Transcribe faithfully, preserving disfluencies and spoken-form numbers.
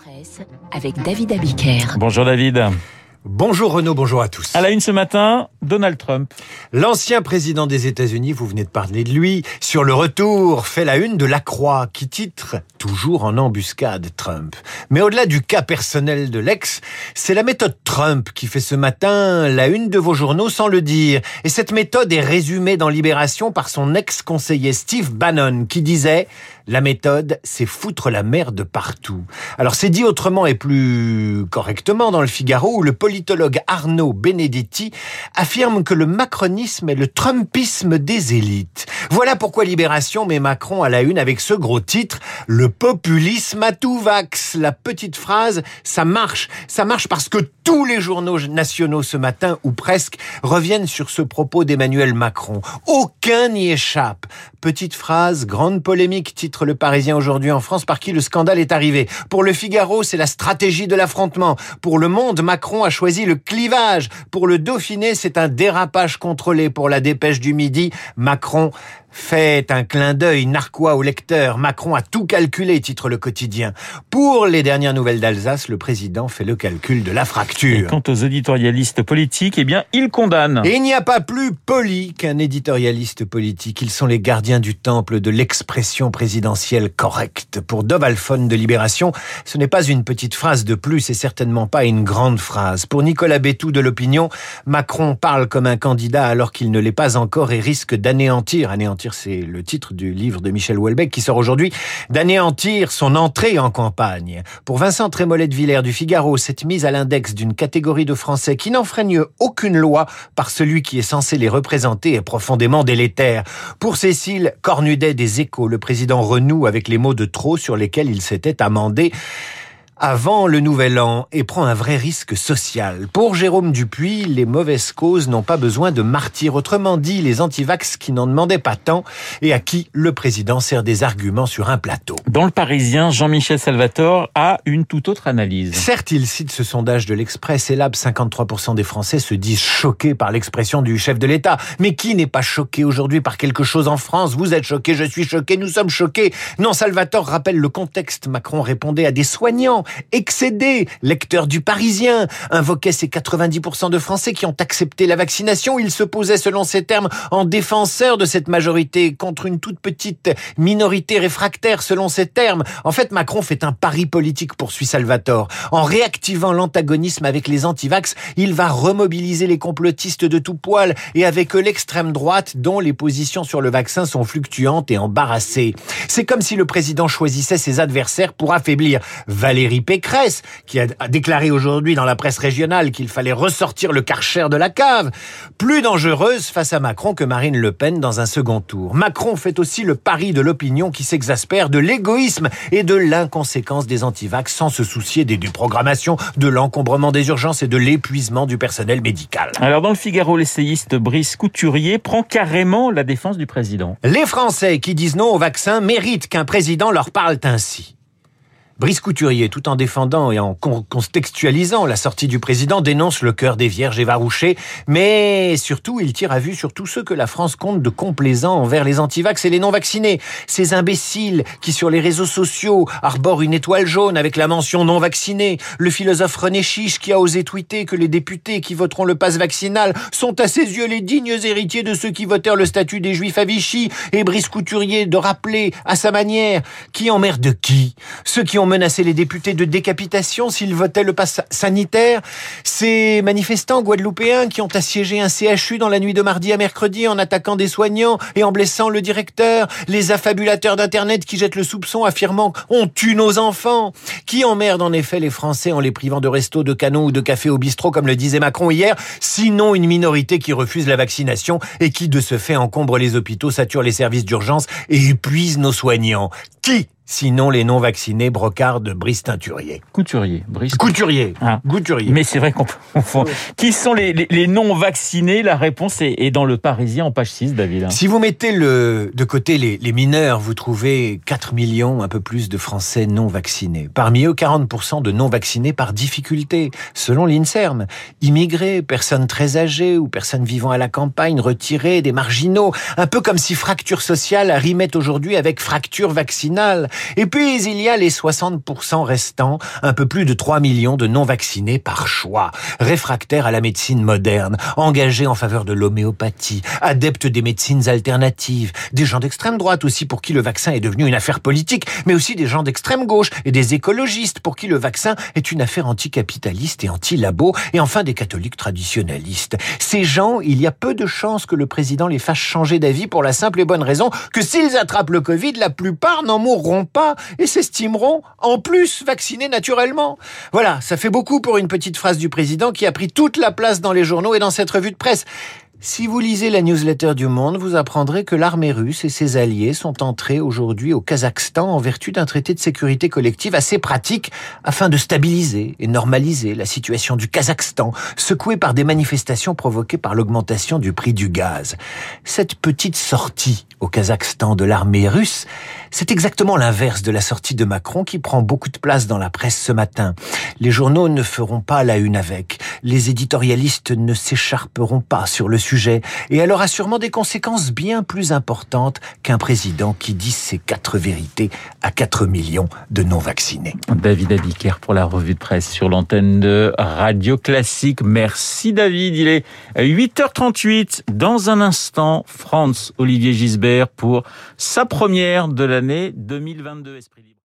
Presse avec David Abiker. Bonjour David. Bonjour Renaud, bonjour à tous. À la une ce matin, Donald Trump. L'ancien président des États-Unis, vous venez de parler de lui, sur le retour, fait la une de La Croix, qui titre « Toujours en embuscade, Trump ». Mais au-delà du cas personnel de l'ex, c'est la méthode Trump qui fait ce matin la une de vos journaux sans le dire. Et cette méthode est résumée dans Libération par son ex-conseiller Steve Bannon, qui disait « La méthode, c'est foutre la merde partout ». Alors c'est dit autrement et plus correctement dans le Figaro, où le politologue Arnaud Benedetti affirme que le macronisme est le trumpisme des élites. Voilà pourquoi Libération met Macron à la une avec ce gros titre « Le populisme à tout vax ». La petite phrase, ça marche. Ça marche parce que tous les journaux nationaux ce matin, ou presque, reviennent sur ce propos d'Emmanuel Macron. Aucun n'y échappe. Petite phrase, grande polémique, titre Le Parisien aujourd'hui en France, par qui le scandale est arrivé. Pour le Figaro, c'est la stratégie de l'affrontement. Pour Le Monde, Macron a choisi le clivage. Pour le Dauphiné, c'est un dérapage contrôlé. Pour la Dépêche du Midi, Macron fait un clin d'œil narquois au lecteur. Macron a tout calculé, titre Le Quotidien. Pour les dernières nouvelles d'Alsace, le président fait le calcul de la fracture. Et quant aux éditorialistes politiques, eh bien, ils condamnent. Et il n'y a pas plus poli qu'un éditorialiste politique. Ils sont les gardiens du temple de l'expression présidentielle correcte. Pour Dov Alphone de Libération, ce n'est pas une petite phrase de plus et certainement pas une grande phrase. Pour Nicolas Bétou de l'Opinion, Macron parle comme un candidat alors qu'il ne l'est pas encore et risque d'anéantir, anéantir c'est le titre du livre de Michel Houellebecq qui sort aujourd'hui, d'anéantir son entrée en campagne. Pour Vincent Trémollet de Villers du Figaro, cette mise à l'index d'une catégorie de Français qui n'enfreignent aucune loi par celui qui est censé les représenter est profondément délétère. Pour Cécile Cornudet des Échos, le président renoue avec les mots de trop sur lesquels il s'était amendé avant le nouvel an et prend un vrai risque social. Pour Jérôme Dupuis, les mauvaises causes n'ont pas besoin de martyrs. Autrement dit, les antivax qui n'en demandaient pas tant et à qui le président sert des arguments sur un plateau. Dans Le Parisien, Jean-Michel Salvatore a une toute autre analyse. Certes, il cite ce sondage de l'Express et là, cinquante-trois pour cent des Français se disent choqués par l'expression du chef de l'État. Mais qui n'est pas choqué aujourd'hui par quelque chose en France? Vous êtes choqués, je suis choqué, nous sommes choqués. Non, Salvatore rappelle le contexte. Macron répondait à des soignants excédé, lecteur du Parisien, invoquait ces quatre-vingt-dix pour cent de Français qui ont accepté la vaccination. Il se posait, selon ses termes, en défenseur de cette majorité contre une toute petite minorité réfractaire, selon ses termes. En fait, Macron fait un pari politique, poursuit Salvatore. En réactivant l'antagonisme avec les antivax, il va remobiliser les complotistes de tout poil et avec eux l'extrême droite dont les positions sur le vaccin sont fluctuantes et embarrassées. C'est comme si le président choisissait ses adversaires pour affaiblir Valérie Pécresse, qui a déclaré aujourd'hui dans la presse régionale qu'il fallait ressortir le Karcher de la cave, plus dangereuse face à Macron que Marine Le Pen dans un second tour. Macron fait aussi le pari de l'opinion qui s'exaspère de l'égoïsme et de l'inconséquence des antivax sans se soucier des déprogrammations, de l'encombrement des urgences et de l'épuisement du personnel médical. Alors dans Le Figaro, l'essayiste Brice Couturier prend carrément la défense du président. Les Français qui disent non au vaccin méritent qu'un président leur parle ainsi. Brice Couturier, tout en défendant et en contextualisant la sortie du président, dénonce le cœur des vierges effarouchées, mais surtout, il tire à vue sur tous ceux que la France compte de complaisants envers les antivax et les non-vaccinés. Ces imbéciles qui, sur les réseaux sociaux, arborent une étoile jaune avec la mention non-vacciné. Le philosophe René Chiche qui a osé tweeter que les députés qui voteront le pass vaccinal sont à ses yeux les dignes héritiers de ceux qui votèrent le statut des Juifs à Vichy. Et Brice Couturier de rappeler, à sa manière, qui emmerde qui? Ceux qui ont menacé les députés de décapitation s'ils votaient le pass sanitaire, ces manifestants guadeloupéens qui ont assiégé un C H U dans la nuit de mardi à mercredi en attaquant des soignants et en blessant le directeur, les affabulateurs d'internet qui jettent le soupçon affirmant on tue nos enfants, qui emmerdent en effet les Français en les privant de resto, de canon ou de café au bistrot comme le disait Macron hier, sinon une minorité qui refuse la vaccination et qui de ce fait encombre les hôpitaux, sature les services d'urgence et épuise nos soignants. Qui sinon les non-vaccinés, brocard de Brice Teinturier. Couturier, Brice. Couturier. Ah. Couturier. Mais c'est vrai qu'on peut confondre. Qui sont les, les, les non-vaccinés? La réponse est, est dans Le Parisien en page six, David. Si vous mettez le, de côté les, les mineurs, vous trouvez quatre millions, un peu plus de Français non-vaccinés. Parmi eux, quarante pour cent de non-vaccinés par difficulté, selon l'INSERM. Immigrés, personnes très âgées ou personnes vivant à la campagne, retirées, des marginaux. Un peu comme si fracture sociale rimait aujourd'hui avec fracture vaccinale. Et puis, il y a les soixante pour cent restants, un peu plus de trois millions de non-vaccinés par choix, réfractaires à la médecine moderne, engagés en faveur de l'homéopathie, adeptes des médecines alternatives, des gens d'extrême droite aussi pour qui le vaccin est devenu une affaire politique, mais aussi des gens d'extrême gauche et des écologistes pour qui le vaccin est une affaire anticapitaliste et anti-labo, et enfin des catholiques traditionnalistes. Ces gens, il y a peu de chances que le président les fasse changer d'avis pour la simple et bonne raison que s'ils attrapent le Covid, la plupart n'en mourront pas et s'estimeront en plus vaccinés naturellement. Voilà, ça fait beaucoup pour une petite phrase du président qui a pris toute la place dans les journaux et dans cette revue de presse. Si vous lisez la newsletter du Monde, vous apprendrez que l'armée russe et ses alliés sont entrés aujourd'hui au Kazakhstan en vertu d'un traité de sécurité collective assez pratique afin de stabiliser et normaliser la situation du Kazakhstan, secoué par des manifestations provoquées par l'augmentation du prix du gaz. Cette petite sortie au Kazakhstan de l'armée russe, c'est exactement l'inverse de la sortie de Macron qui prend beaucoup de place dans la presse ce matin. Les journaux ne feront pas la une avec, les éditorialistes ne s'écharperont pas sur le sujet, et elle aura sûrement des conséquences bien plus importantes qu'un président qui dit ses quatre vérités à quatre millions de non-vaccinés. David Abiker pour la revue de presse sur l'antenne de Radio Classique. Merci David, il est huit heures trente-huit. Dans un instant, Franz Olivier Gisbert pour sa première de l'année deux mille vingt-deux. Esprit libre.